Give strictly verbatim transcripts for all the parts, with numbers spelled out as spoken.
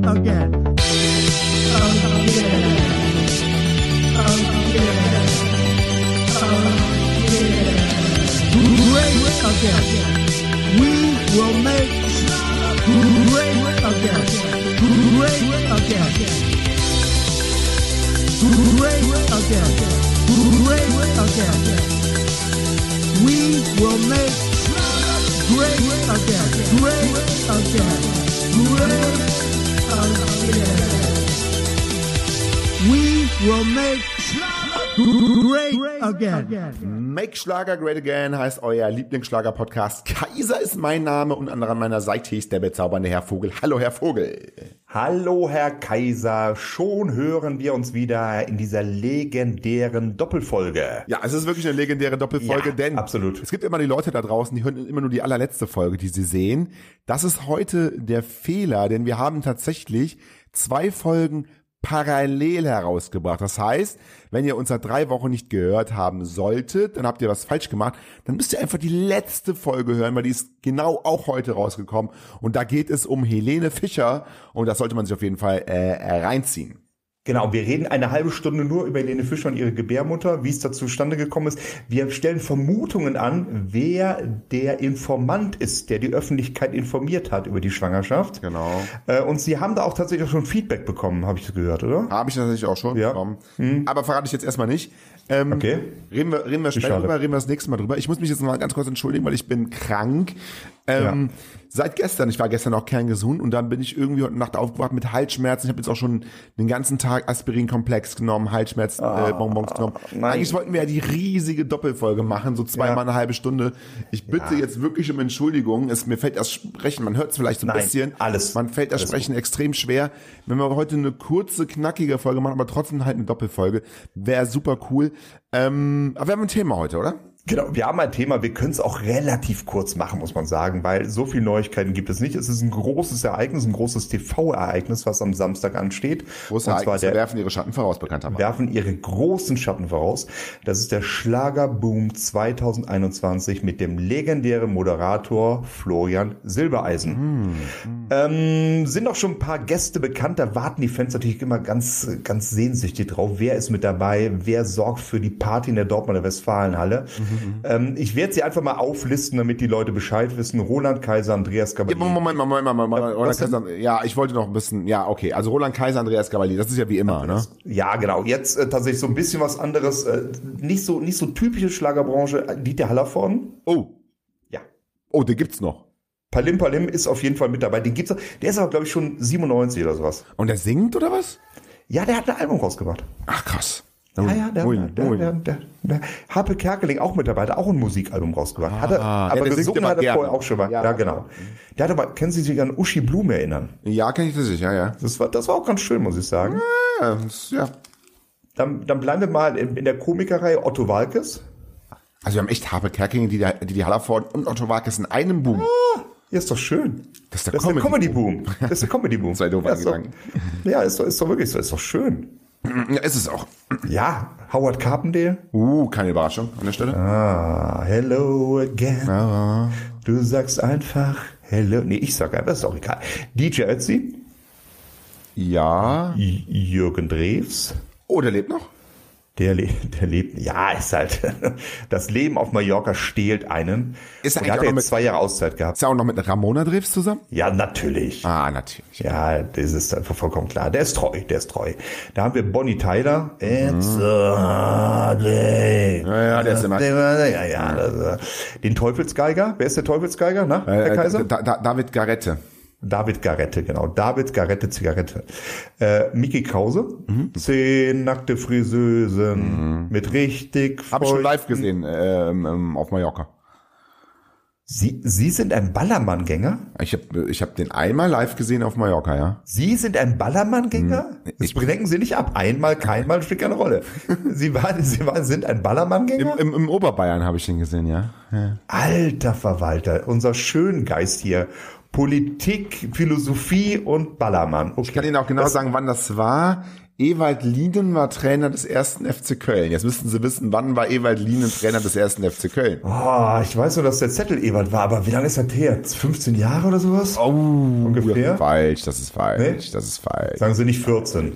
again. Great again. We will make great again. Great again. Great again. Great again. We will make great again. Great again. Great again. We will make great again. Make Schlager Great Again heißt euer Lieblingsschlager-Podcast. Kaiser ist mein Name und an meiner Seite ist der bezaubernde Herr Vogel. Hallo, Herr Vogel. Hallo, Herr Kaiser. Schon hören wir uns wieder in dieser legendären Doppelfolge. Ja, es ist wirklich eine legendäre Doppelfolge, ja, denn absolut. Es gibt immer die Leute da draußen, die hören immer nur die allerletzte Folge, die sie sehen. Das ist heute der Fehler, denn wir haben tatsächlich zwei Folgen parallel herausgebracht. Das heißt, wenn ihr uns seit drei Wochen nicht gehört haben solltet, dann habt ihr was falsch gemacht. Dann müsst ihr einfach die letzte Folge hören, weil die ist genau auch heute rausgekommen. Und da geht es um Helene Fischer und das sollte man sich auf jeden Fall äh, reinziehen. Genau, wir reden eine halbe Stunde nur über Helene Fischer und ihre Gebärmutter, wie es da zustande gekommen ist. Wir stellen Vermutungen an, wer der Informant ist, der die Öffentlichkeit informiert hat über die Schwangerschaft. Genau. Und Sie haben da auch tatsächlich schon Feedback bekommen, habe ich gehört, oder? Habe ich tatsächlich auch schon ja. bekommen. Hm. Aber verrate ich jetzt erstmal nicht. Ähm, okay. Reden wir, reden wir später drüber, reden wir das nächste Mal drüber. Ich muss mich jetzt mal ganz kurz entschuldigen, weil ich bin krank. Ähm, ja. Seit gestern, ich war gestern auch kerngesund und dann bin ich irgendwie heute Nacht aufgewacht mit Halsschmerzen. Ich habe jetzt auch schon den ganzen Tag Aspirin-Komplex genommen, Halsschmerz-Bonbons äh, genommen. Nein. Eigentlich wollten wir ja die riesige Doppelfolge machen, so zweimal ja. eine halbe Stunde. Ich bitte ja. jetzt wirklich um Entschuldigung. Es, mir fällt das Sprechen, man hört es vielleicht so ein Nein, bisschen. alles. Man fällt das alles Sprechen gut. extrem schwer. Wenn wir heute eine kurze, knackige Folge machen, aber trotzdem halt eine Doppelfolge, wäre super cool. Ähm, aber wir haben ein Thema heute, oder? Genau, wir haben ein Thema, wir können es auch relativ kurz machen, muss man sagen, weil so viele Neuigkeiten gibt es nicht. Es ist ein großes Ereignis, ein großes T V-Ereignis, was am Samstag ansteht. Große Ereignisse werfen ihre Schatten voraus, bekanntermaßen. Werfen ihre großen Schatten voraus. Das ist der Schlagerboom zwanzig einundzwanzig mit dem legendären Moderator Florian Silbereisen. Hm, hm. Ähm, sind auch schon ein paar Gäste bekannt, da warten die Fans natürlich immer ganz, ganz sehnsüchtig drauf. Wer ist mit dabei? Wer sorgt für die Party in der Dortmunder Westfalenhalle? Mhm. Ähm, ich werde sie einfach mal auflisten, damit die Leute Bescheid wissen. Roland Kaiser, Andreas Gabalier. Ja, Moment, Moment, Moment, Moment. Roland Kaiser, ja, ich wollte noch ein bisschen, ja, okay. Also Roland Kaiser, Andreas Gabalier, das ist ja wie immer, ne? Ja, genau. Jetzt äh, tatsächlich so ein bisschen was anderes. Äh, nicht so nicht so typische Schlagerbranche. Dieter Hallervorden. Oh. Ja. Oh, den gibt's noch. Palim Palim ist auf jeden Fall mit dabei. Den gibt's noch. Der ist aber, glaube ich, schon siebenundneunzig oder sowas. Und der singt, oder was? Ja, der hat ein Album rausgebracht. Ach, krass. Ja, ja, der, ui, der, ui. der, der, der Happe Kerkeling auch mit dabei, der hat auch ein Musikalbum rausgebracht. Ah, hatte, aber ja, gesungen hat er gerne. vorher auch schon mal. Ja, ja, genau. Der hat aber, können Sie sich an Uschi Blum erinnern? Ja, kann ich das sicher, ja. Das war, das war auch ganz schön, muss ich sagen. Ja, das, ja. Dann, dann bleiben wir mal in, in der Komikerreihe Otto Waalkes. Also wir haben echt Happe Kerkeling, die, die, die Hallervorden und Otto Waalkes in einem Boom. Ah, ja, ist doch schön. Das ist der, das ist der Comedy-Boom. Das ist der Comedy-Boom. Zwei doof ja, ist doch, ja, ist doch, ist doch wirklich so, ist doch schön. Ja, ist es auch. Ja, Howard Carpendale. Uh, keine Überraschung an der Stelle. Ah, hello again. Ah. Du sagst einfach hello. Nee, ich sag einfach, ist auch egal. D J Ötzi. Ja. J- Jürgen Drews. Oh, der lebt noch? Der, le- der lebt, ja, ist halt, das Leben auf Mallorca stehlt einen. Ist er Und er hat eigentlich auch jetzt mit- zwei Jahre Auszeit gehabt. Ist er auch noch mit Ramona Drews zusammen? Ja, natürlich. Ah, natürlich. Ja, das ist einfach vollkommen klar. Der ist treu, der ist treu. Da haben wir Bonnie Tyler. It's so hard day. Ja, ja, der ist immer- Ja, ja, das, den Teufelsgeiger. Wer ist der Teufelsgeiger? Na, Herr Äh, Kaiser? Da, da, David Garrette. David Garrette, genau. David Garrette, Zigarette. Äh, Micky Krause. Mhm. Zehn nackte Friseusen. Mhm. Mit richtig Habe ich schon live feuchten- gesehen ähm, ähm, auf Mallorca. Sie, Sie sind ein Ballermann-Gänger? Ich habe ich hab den einmal live gesehen auf Mallorca, ja. Sie sind ein Ballermann-Gänger? Hm. Das bedenken Sie nicht ab. Einmal, keinmal spielt keine Rolle. Sie waren, Sie waren, sind ein Im, Ballermann-Gänger? im, Im Oberbayern habe ich den gesehen, ja. ja. Alter Verwalter, unser Schöngeist hier. Politik, Philosophie und Ballermann. Okay. Ich kann Ihnen auch genau das, sagen, wann das war. Ewald Lienen war Trainer des ersten F C Köln. Jetzt müssten Sie wissen, wann war Ewald Lienen Trainer des ersten F C Köln? Oh, ich weiß nur, dass der Zettel Ewald war, aber wie lange ist das her? fünfzehn Jahre oder sowas? Oh, ungefähr. Falsch, das ist falsch, Nee? das ist falsch. Sagen Sie nicht vierzehn.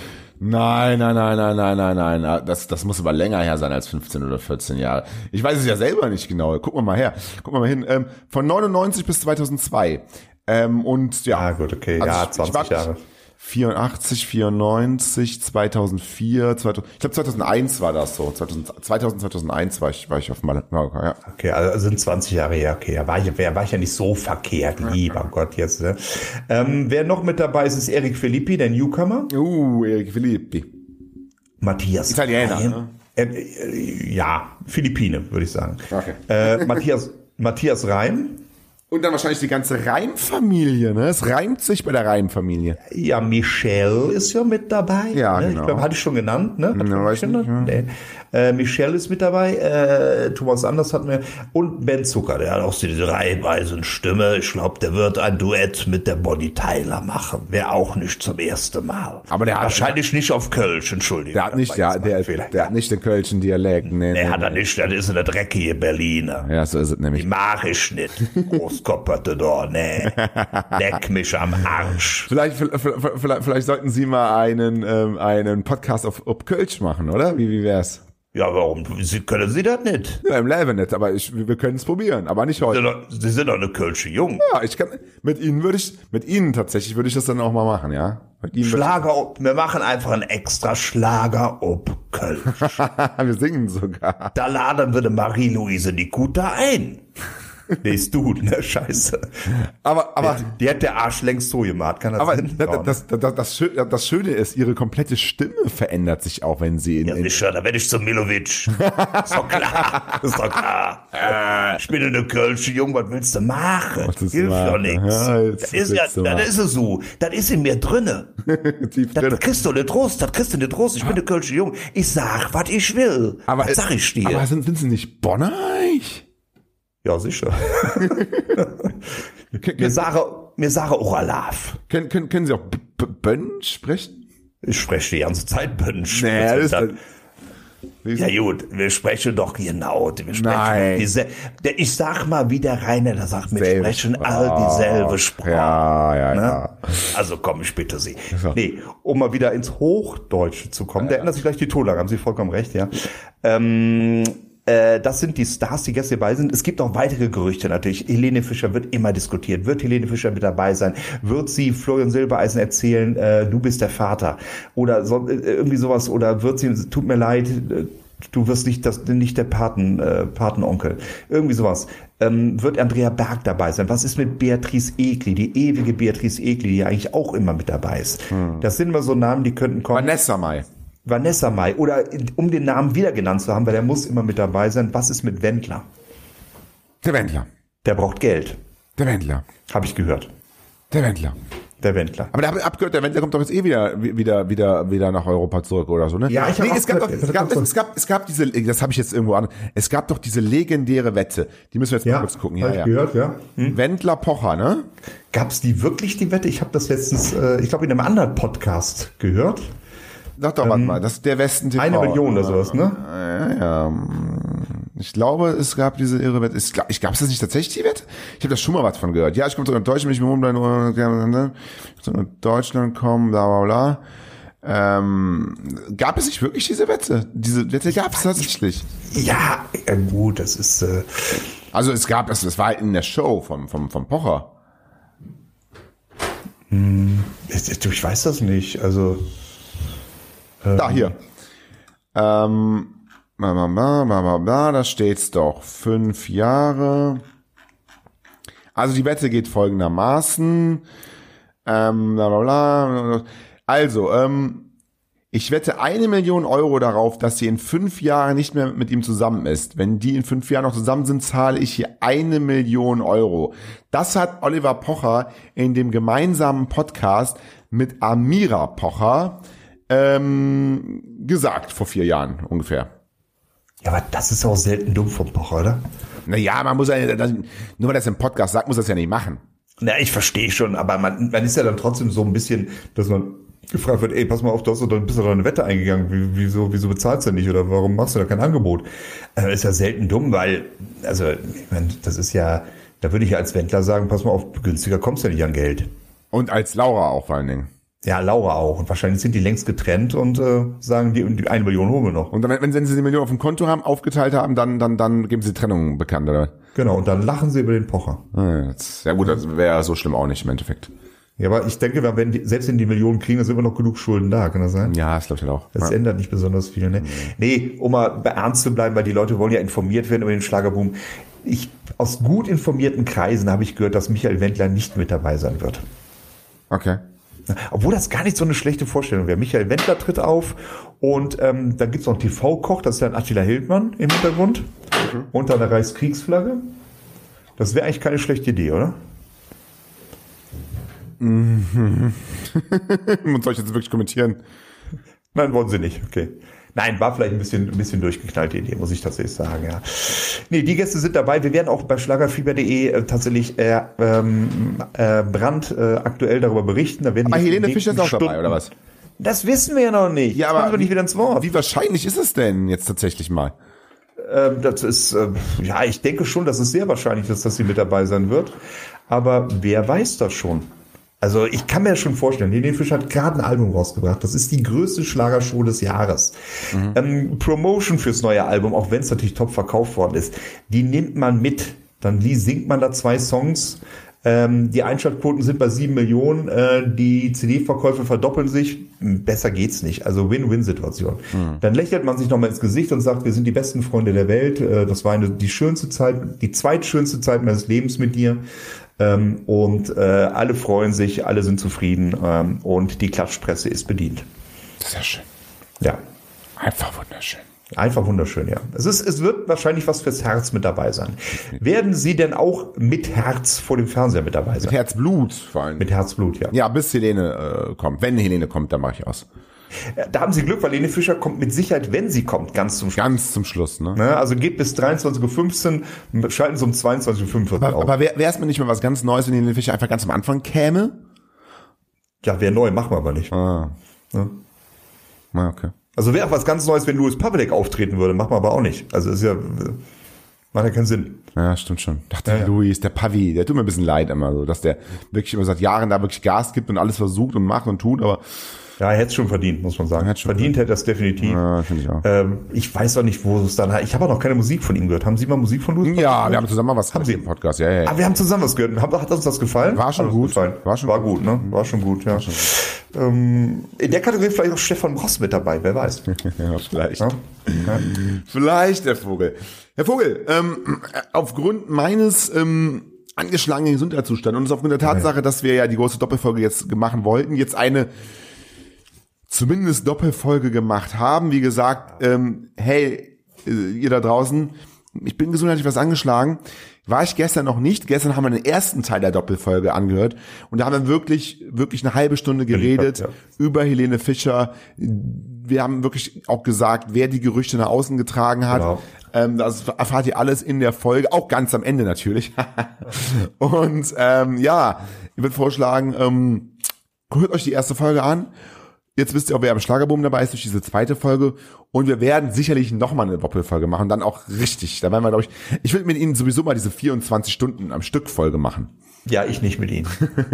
Nein, nein, nein, nein, nein, nein, nein. Das, das muss aber länger her sein als fünfzehn oder vierzehn Jahre. Ich weiß es ja selber nicht genau. Gucken wir mal her. Gucken wir mal hin. Ähm, von neunundneunzig bis zweitausendzwei. Ähm, und ja. Ah, gut, okay. Also ja, ich- zwanzig ich war- Jahre. vierundachtzig, vierundneunzig, zweitausendvier, zweitausend, ich glaube zweitausendeins war das so. zweitausend, zweitausend, zweitausendeins war ich, war ich auf Mallorca, ja. Okay, also sind zwanzig Jahre her. Okay, da war ich, war ich ja nicht so verkehrt. Lieber Gott, jetzt. Ne? Ähm, wer noch mit dabei ist, ist Eric Filippi, der Newcomer. Uh, Erik Filippi. Matthias. Italiener, Reim. ne? Äh, äh, ja, Philippine, würde ich sagen. Okay. Äh, Matthias, Matthias Reim. Und dann wahrscheinlich die ganze Reim-Familie, ne? Es reimt sich bei der Reim-Familie. Ja, Michelle ist ja mit dabei. Ja, ne? genau. Ich glaube, hatte ich schon genannt, ne? Hat Ja, schon weiß genannt? nicht, ja. Nee. Äh, Michelle ist mit dabei, äh, Thomas Anders hatten wir und Ben Zucker, der hat auch so diese Reihweisen-Stimme. Ich glaube, der wird ein Duett mit der Bonnie Tyler machen. Wäre auch nicht zum ersten Mal. Aber der hat- Wahrscheinlich nicht auf Kölsch, Entschuldigung. Der hat nicht, Das war ja, jetzt der, mein Fehler. der hat nicht den kölschen Dialekt, nee, Nee, nee, hat er nee. nicht, das ist eine dreckige Berliner. Ja, so ist es Die nämlich. mag ich nicht. Großkopperte da, nee. Leck mich am Arsch. Vielleicht, vielleicht, vielleicht, vielleicht sollten Sie mal einen, ähm, einen Podcast auf, auf Kölsch machen, oder? Wie, wie wär's? Ja, warum? Sie, können Sie das nicht? Ja, im Leben nicht, aber ich, wir können es probieren, aber nicht Sie heute. sind doch, Sie sind doch eine Kölsche Jung. Ja, ich kann, mit Ihnen würde ich, mit Ihnen tatsächlich würde ich das dann auch mal machen, ja? Mit Ihnen würde Schlager, ob- wir machen einfach einen extra Schlager ob Köln. ich, wir singen sogar. Da laden wir die Marie-Louise Nikuta ein. Nee, ist du, ne? Scheiße. Aber, aber, Die hat der Arsch längst so gemacht, kann das aber sein? das, das, das, das, Schö- das Schöne ist, Ihre komplette Stimme verändert sich auch, wenn Sie in, Ja, in sicher, da werde ich zum Milovic. Ist doch klar. Ist doch klar. Äh, ich bin eine Kölsche Jung, was willst du machen? Was willst du Hilft ja machen? nichts. Ja, jetzt das ist ja, willst du das machen. ist es so. Das ist in mir drinne. tief drin. Das kriegst du nicht Trost, das kriegst du nicht Trost. Ich bin eine Kölsche Jung. Ich sag, was ich will. Aber, was sag ich dir? aber sind, sind Sie nicht Bonnereich? Ja, sicher. Können, Mir sage, mir sage auch Alaf. können, können, können Sie auch B- B- Bönn sprechen? Ich spreche die ganze Zeit Bönsch. Nee, das ist, Ja gut, wir sprechen doch genau. Wir sprechen Nein. Diese, der, ich sag mal, wie der Rainer da sagt, wir Selbe sprechen all dieselbe Sprache. Ja, ja, Ne? ja. Also komm, ich bitte Sie. So. Nee, um mal wieder ins Hochdeutsche zu kommen, da ändert sich gleich die Tonlage, haben Sie vollkommen recht, ja. Ähm, äh, das sind die Stars, die Gäste dabei sind. Es gibt auch weitere Gerüchte natürlich. Helene Fischer wird immer diskutiert. Wird Helene Fischer mit dabei sein? Wird sie Florian Silbereisen erzählen, äh, du bist der Vater? Oder so, äh, irgendwie sowas? Oder wird sie, tut mir leid, äh, du wirst nicht das, nicht der Paten, äh, Patenonkel. Irgendwie sowas. Ähm, wird Andrea Berg dabei sein? Was ist mit Beatrice Egli? Die ewige Beatrice Egli, die ja eigentlich auch immer mit dabei ist. Hm. Das sind mal so Namen, die könnten kommen. Vanessa Mai. Vanessa Mai. Oder um den Namen wieder genannt zu haben, weil der muss immer mit dabei sein. Was ist mit Wendler? Der Wendler. Der braucht Geld. Der Wendler. Habe ich gehört. Der Wendler. Der Wendler. Aber da habe ich abgehört, der Wendler kommt doch jetzt eh wieder, wieder, wieder, wieder nach Europa zurück oder so, ne? Ja, ich hab nee, auch es gab, doch, gehört, es, gab, das es, gab, es gab diese, das habe ich jetzt irgendwo an, es gab doch diese legendäre Wette, die müssen wir jetzt mal kurz gucken. Ja, hab ich ja. gehört, ja. Hm? Wendler Pocher, ne? Gab's die wirklich, die Wette? Ich habe das letztens, äh, ich glaube, in einem anderen Podcast gehört. Sag doch, warte mal, das ist der Westen T V. Eine Million oder sowas, ne? Ja, ja. Ich glaube, es gab diese irre Wette. Ich glaube, gab es das nicht tatsächlich, die Wette? Ich habe da schon mal was von gehört. Ja, ich komme zu Deutschland, mich mit zu Deutschland kommen, bla bla bla. Ähm, gab es nicht wirklich diese Wette? Diese Wette gab es tatsächlich. Ja, äh, gut, das ist, äh, Also es gab, es, es war halt in der Show vom, vom, vom Pocher. ich, ich weiß das nicht, also, Da, hier. Ähm, bla, bla, bla, bla, bla, bla, da steht's doch. Fünf Jahre. Also die Wette geht folgendermaßen. Ähm, bla, bla, bla. Also, ähm, ich wette eine Million Euro darauf, dass sie in fünf Jahren nicht mehr mit ihm zusammen ist. Wenn die in fünf Jahren noch zusammen sind, zahle ich hier eine Million Euro. Das hat Oliver Pocher in dem gemeinsamen Podcast mit Amira Pocher ähm, gesagt, vor vier Jahren ungefähr. ja, aber das ist auch selten dumm vom Pocher, oder? Naja, man muss ja, das, nur weil das im Podcast sagt, muss das ja nicht machen. Na, ich verstehe schon, aber man, man ist ja dann trotzdem so ein bisschen, dass man gefragt wird, ey, pass mal auf, du hast doch, bist du da eine Wette eingegangen, Wie, wieso, wieso bezahlst du nicht oder warum machst du da kein Angebot? Äh, ist ja selten dumm, weil, also, ich meine, das ist ja, da würde ich ja als Wendler sagen, pass mal auf, günstiger kommst du ja nicht an Geld. Und als Laura auch vor allen Dingen. Ja, Laura auch. Und wahrscheinlich sind die längst getrennt und äh, sagen, die, die eine Million holen wir noch. Und dann, wenn, wenn sie die Million auf dem Konto haben, aufgeteilt haben, dann, dann, dann geben sie die Trennung bekannt, oder? Genau, und dann lachen sie über den Pocher. Ah, jetzt, ja gut, das wäre ja so schlimm auch nicht im Endeffekt. Ja, aber ich denke, wenn die, selbst wenn die Millionen kriegen, dann sind immer noch genug Schulden da, kann das sein? Ja, das glaube ich auch. Das ja. ändert nicht besonders viel, ne? Nee, um mal ernst zu bleiben, weil die Leute wollen ja informiert werden über den Schlagerboom. Ich, aus gut informierten Kreisen habe ich gehört, dass Michael Wendler nicht mit dabei sein wird. Okay. Obwohl das gar nicht so eine schlechte Vorstellung wäre. Michael Wendler tritt auf und ähm, dann gibt's noch einen T V-Koch, das ist dann Attila Hildmann im Hintergrund, mhm. unter einer Reichskriegsflagge. Das wäre eigentlich keine schlechte Idee, oder? Mhm. Und soll ich jetzt wirklich kommentieren? Nein, wollen sie nicht, okay. Nein, war vielleicht ein bisschen, ein bisschen durchgeknallte Idee, muss ich tatsächlich sagen, ja. Nee, die Gäste sind dabei. Wir werden auch bei schlagerfieber punkt de äh, tatsächlich äh, ähm, äh, brandaktuell äh, darüber berichten. Da werden aber Helene Fischer ist auch Stunden, dabei, oder was? Das wissen wir ja noch nicht. Ja, aber wir nicht wieder ins Wort. Wie wahrscheinlich ist es denn jetzt tatsächlich mal? Ähm, das ist, äh, ja, ich denke schon, dass es sehr wahrscheinlich ist, dass sie mit dabei sein wird. Aber wer weiß das schon? Also ich kann mir schon vorstellen, Helene Fischer hat gerade ein Album rausgebracht. Das ist die größte Schlagershow des Jahres. Mhm. Ähm, Promotion fürs neue Album, auch wenn es natürlich top verkauft worden ist, die nimmt man mit. Dann singt man da zwei Songs. Ähm, die Einschaltquoten sind bei sieben Millionen. Äh, die C D-Verkäufe verdoppeln sich. Besser geht's nicht. Also Win-Win-Situation. Mhm. Dann lächelt man sich nochmal ins Gesicht und sagt, wir sind die besten Freunde der Welt. Äh, das war eine, die schönste Zeit, die zweitschönste Zeit meines Lebens mit dir. Ähm, und äh, alle freuen sich, alle sind zufrieden ähm, und die Klatschpresse ist bedient. Sehr schön. Ja. Einfach wunderschön. Einfach wunderschön, ja. Es ist, es wird wahrscheinlich was fürs Herz mit dabei sein. Werden Sie denn auch mit Herz vor dem Fernseher mit dabei sein? Mit Herzblut vor allem. Mit Herzblut, ja. Ja, bis Helene äh, kommt. Wenn Helene kommt, dann mache ich aus. Da haben Sie Glück, weil Helene Fischer kommt mit Sicherheit, wenn sie kommt, ganz zum Schluss. Ganz zum Schluss, ne? ne? Also geht bis dreiundzwanzig Uhr fünfzehn, schalten Sie um zweiundzwanzig Uhr fünfundvierzig aber, auf. aber wäre es mir nicht mal was ganz Neues, wenn Helene Fischer einfach ganz am Anfang käme? Ja, wäre neu, machen wir aber nicht. Ah. Ja. Ah, okay. Also wäre auch was ganz Neues, wenn Louis Pavlik auftreten würde, machen wir aber auch nicht. Also ist ja, macht ja keinen Sinn. Ja, stimmt schon. Dachte Ja, ja. Louis, der Pavi, der tut mir ein bisschen leid immer so, dass der wirklich immer seit Jahren da wirklich Gas gibt und alles versucht und macht und tut, aber Ja, er hätte es schon verdient, muss man sagen. Hätte schon Verdient hätte er es definitiv. ja, finde ich auch. Ähm, ich weiß auch nicht, wo es dann hat. Ich habe auch noch keine Musik von ihm gehört. Haben Sie mal Musik von Louis? Ja, wir haben zusammen mal was Haben Sie? im Podcast. Ja, ja, ja. Ah, wir haben zusammen was gehört. Hat, hat uns das gefallen? War schon Hat uns gut. Gefallen. War schon War gut. gut, ne? War schon gut, ja. schon gut. Ähm, in der Kategorie vielleicht auch Stefan Ross mit dabei, wer weiß. ja, vielleicht. Ja? Ja. Vielleicht, der Vogel. Herr Vogel, ähm, aufgrund meines ähm, angeschlagenen Gesundheitszustands und aufgrund der Tatsache, dass wir ja die große Doppelfolge jetzt machen wollten, jetzt eine zumindest Doppelfolge gemacht haben. Wie gesagt, ähm, hey, ihr da draußen, ich bin gesundheitlich was angeschlagen. War ich gestern noch nicht. Gestern haben wir den ersten Teil der Doppelfolge angehört und da haben wir wirklich, wirklich eine halbe Stunde geredet ja. über Helene Fischer. Wir haben wirklich auch gesagt, wer die Gerüchte nach außen getragen hat. Genau. Ähm, das erfahrt ihr alles in der Folge, auch ganz am Ende natürlich. Und ähm, ja, ich würde vorschlagen, ähm, hört euch die erste Folge an. Jetzt wisst ihr auch, wer am Schlagerboom dabei ist durch diese zweite Folge. Und wir werden sicherlich nochmal eine Doppelfolge machen. Dann auch richtig. Da werden wir, glaube ich, ich will mit Ihnen sowieso mal diese vierundzwanzig Stunden am Stück Folge machen. Ja, ich nicht mit Ihnen.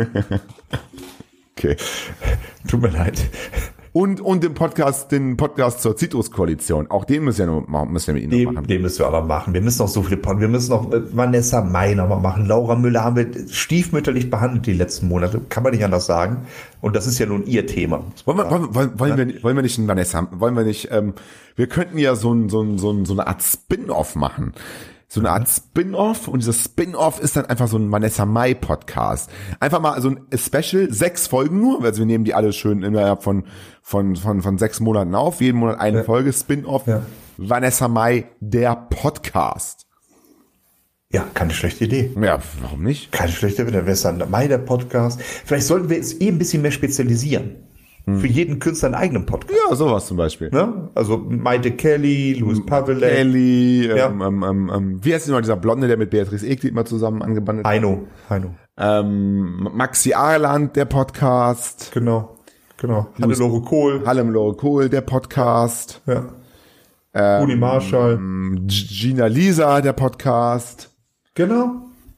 Okay. Tut mir leid. Und, und den Podcast, den Podcast zur Citrus-Koalition. Auch den müssen wir, noch, müssen wir mit Ihnen noch Den, machen. den müssen wir aber machen. Wir müssen noch so viele Pod. Wir müssen noch äh, Vanessa May noch mal machen. Laura Müller haben wir stiefmütterlich behandelt die letzten Monate. Kann man nicht anders sagen. Und das ist ja nun ihr Thema. Wollen wir, wollen, wollen, wollen wir, wollen wir nicht einen Vanessa, wollen wir nicht, ähm, wir könnten ja so ein, so ein, so ein, so eine Art Spin-off machen. So eine Art Spin-off und dieses Spin-off ist dann einfach so ein Vanessa Mai Podcast. Einfach mal so ein Special, sechs Folgen nur, also wir nehmen die alle schön innerhalb von, von, von, von sechs Monaten auf, jeden Monat eine ja. Folge, Spin-off, ja. Vanessa Mai, der Podcast. Ja, keine schlechte Idee. Ja, warum nicht? Keine schlechte Idee. Vanessa May, der Podcast. Vielleicht sollten wir es eh ein bisschen mehr spezialisieren. Für jeden Künstler einen eigenen Podcast. Ja, sowas zum Beispiel. Ne? Also Maite Kelly, Louis Pavelek, Kelly, Ja. ähm, ähm, ähm, ähm, wie heißt immer dieser Blonde, der mit Beatrice Egli immer zusammen angebandelt hat? Heino, Heino. Ähm, Maxi Arland, der Podcast. Genau, genau. Hannelore Kohl, Hannelore Kohl, der Podcast. ja. Ähm, Uli Marschall. Gina Lisa, der Podcast. Genau.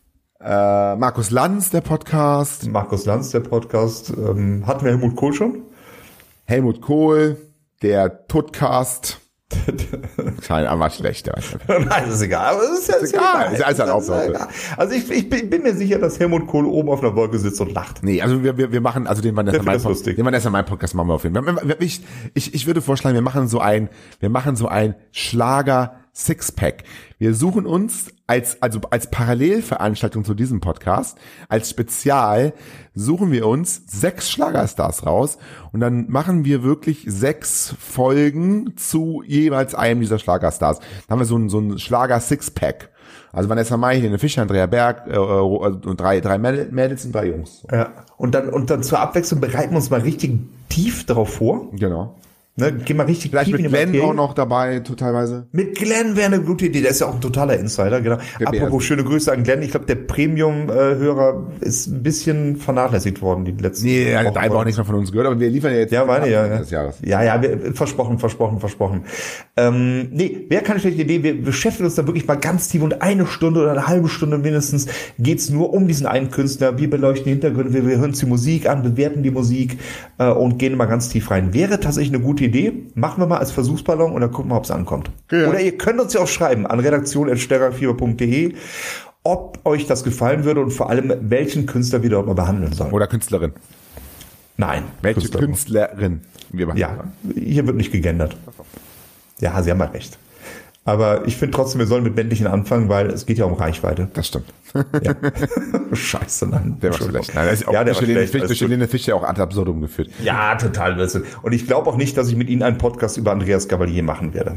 Äh, Markus Lanz, der Podcast. Markus Lanz, der Podcast. Ähm, hatten wir Helmut Kohl schon? Helmut Kohl, der Tudcast. Scheint aber schlecht. Der Nein, das ist egal. Aber das ist ja ist egal. Ist alles ein Aufsatz. Also ich, ich bin bin mir sicher, dass Helmut Kohl oben auf einer Wolke sitzt und lacht. Nee, also wir, wir, wir machen, also den Vanessa Der mein findet das lustig. den Vanessa mein Podcast machen wir auf jeden Fall. Ich, ich, ich würde vorschlagen, wir machen so ein, wir machen so ein Schlager Sixpack. Wir suchen uns als, also als Parallelveranstaltung zu diesem Podcast, als Spezial, suchen wir uns sechs Schlagerstars raus und dann machen wir wirklich sechs Folgen zu jeweils einem dieser Schlagerstars. Dann haben wir so ein, so ein Schlager Sixpack. Also Vanessa Mai, Helene Fischer, Andrea Berg, äh, und drei, drei Mädels und drei Jungs. Ja. Und dann, und dann zur Abwechslung bereiten wir uns mal richtig tief darauf vor. Genau. Ne, geh mal richtig Vielleicht tief mit in die Glenn Materie. auch noch dabei, teilweise. Mit Glenn wäre eine gute Idee. Der ist ja auch ein totaler Insider, genau. Der Apropos Bär. schöne Grüße an Glenn. Ich glaube, der Premium-Hörer ist ein bisschen vernachlässigt worden die letzten Nee, er hat Wochen. einfach auch nichts mehr von uns gehört, aber wir liefern ja jetzt. Ja, meine ja. Ja, des Jahres. ja, ja wir, versprochen, versprochen, versprochen. Ähm, nee, wäre keine schlechte Idee. Wir beschäftigen uns da wirklich mal ganz tief und eine Stunde oder eine halbe Stunde mindestens geht's nur um diesen einen Künstler. Wir beleuchten die Hintergründe, wir, wir hören uns die Musik an, bewerten die Musik äh, und gehen mal ganz tief rein. Wäre tatsächlich eine gute Idee. Machen wir mal als Versuchsballon und dann gucken wir, ob es ankommt. Ja. Oder ihr könnt uns ja auch schreiben an redaktion at stärkerfieber punkt de, ob euch das gefallen würde und vor allem, welchen Künstler wir dort mal behandeln sollen. Oder Künstlerin. Nein. Welche Künstler. Künstlerin wir machen. Ja, hier wird nicht gegendert. Ja, Sie haben ja recht. Aber ich finde trotzdem, wir sollen mit männlichen anfangen, weil es geht ja um Reichweite. Das stimmt. Ja. Scheiße, nein. Der war schlecht. Nein, das ist auch Ja, der durch war Helene schlecht, Fisch, alles durch gut. Helene Fisch ja auch ad absurdum geführt. Ja, total Blödsinn. Und ich glaube auch nicht, dass ich mit Ihnen einen Podcast über Andreas Gavalier machen werde.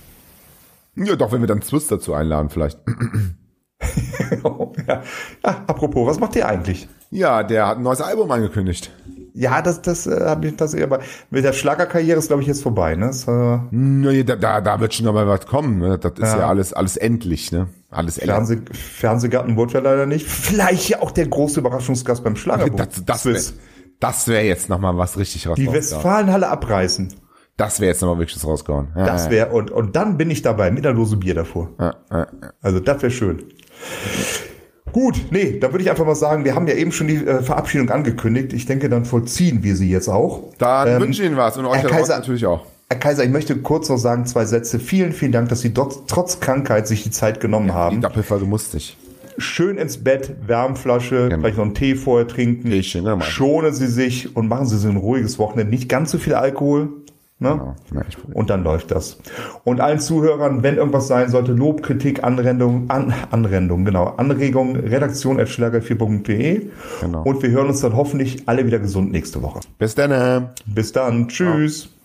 Ja, doch, wenn wir dann Swiss dazu einladen vielleicht. ja. ja, apropos, was macht ihr eigentlich? Ja, der hat ein neues Album angekündigt. Ja, das, das äh, habe ich das aber mit der Schlagerkarriere ist, glaube ich, jetzt vorbei, ne? Das, äh, Nee, da, da, da wird schon noch mal was kommen. Ne? Das ist ja, Ja. alles, alles endlich, ne? Alles endlich. Fernseh, Fernsehgarten wurde ja leider nicht. Vielleicht ja auch der große Überraschungsgast beim Schlagerbuch. Das, das wäre Swiss. das wär jetzt noch mal was richtig raus. Die Westfalenhalle abreißen. Das wäre jetzt noch mal wirklich rausgehauen. Ja, Das ja, wäre, und, und dann bin ich dabei mit einer Dose Bier davor. ja, ja. Also das wäre schön. Gut, nee, da würde ich einfach mal sagen, wir haben ja eben schon die äh, Verabschiedung angekündigt. Ich denke, dann vollziehen wir sie jetzt auch. Dann Ähm, wünsche ich Ihnen was und euch Herr da draußen Kaiser- natürlich auch. Herr Kaiser, ich möchte kurz noch sagen, zwei Sätze. Vielen, vielen Dank, dass Sie trotz, trotz Krankheit sich die Zeit genommen Die haben. Doppelfolge musste ich. Schön ins Bett, Wärmflasche, Genau. vielleicht noch einen Tee vorher trinken. Teechen, genau. Schonen Sie sich und machen Sie so ein ruhiges Wochenende. Nicht ganz so viel Alkohol. Ne? Genau. Ja, ich probiere. Und dann läuft das. Und allen Zuhörern, wenn irgendwas sein sollte, Lob, Kritik, Anrendung, an, Anrendung, genau, Anregung, redaktion at schlager vier punkt de. Genau. Und wir hören uns dann hoffentlich alle wieder gesund nächste Woche. Bis dann. Bis dann. Tschüss.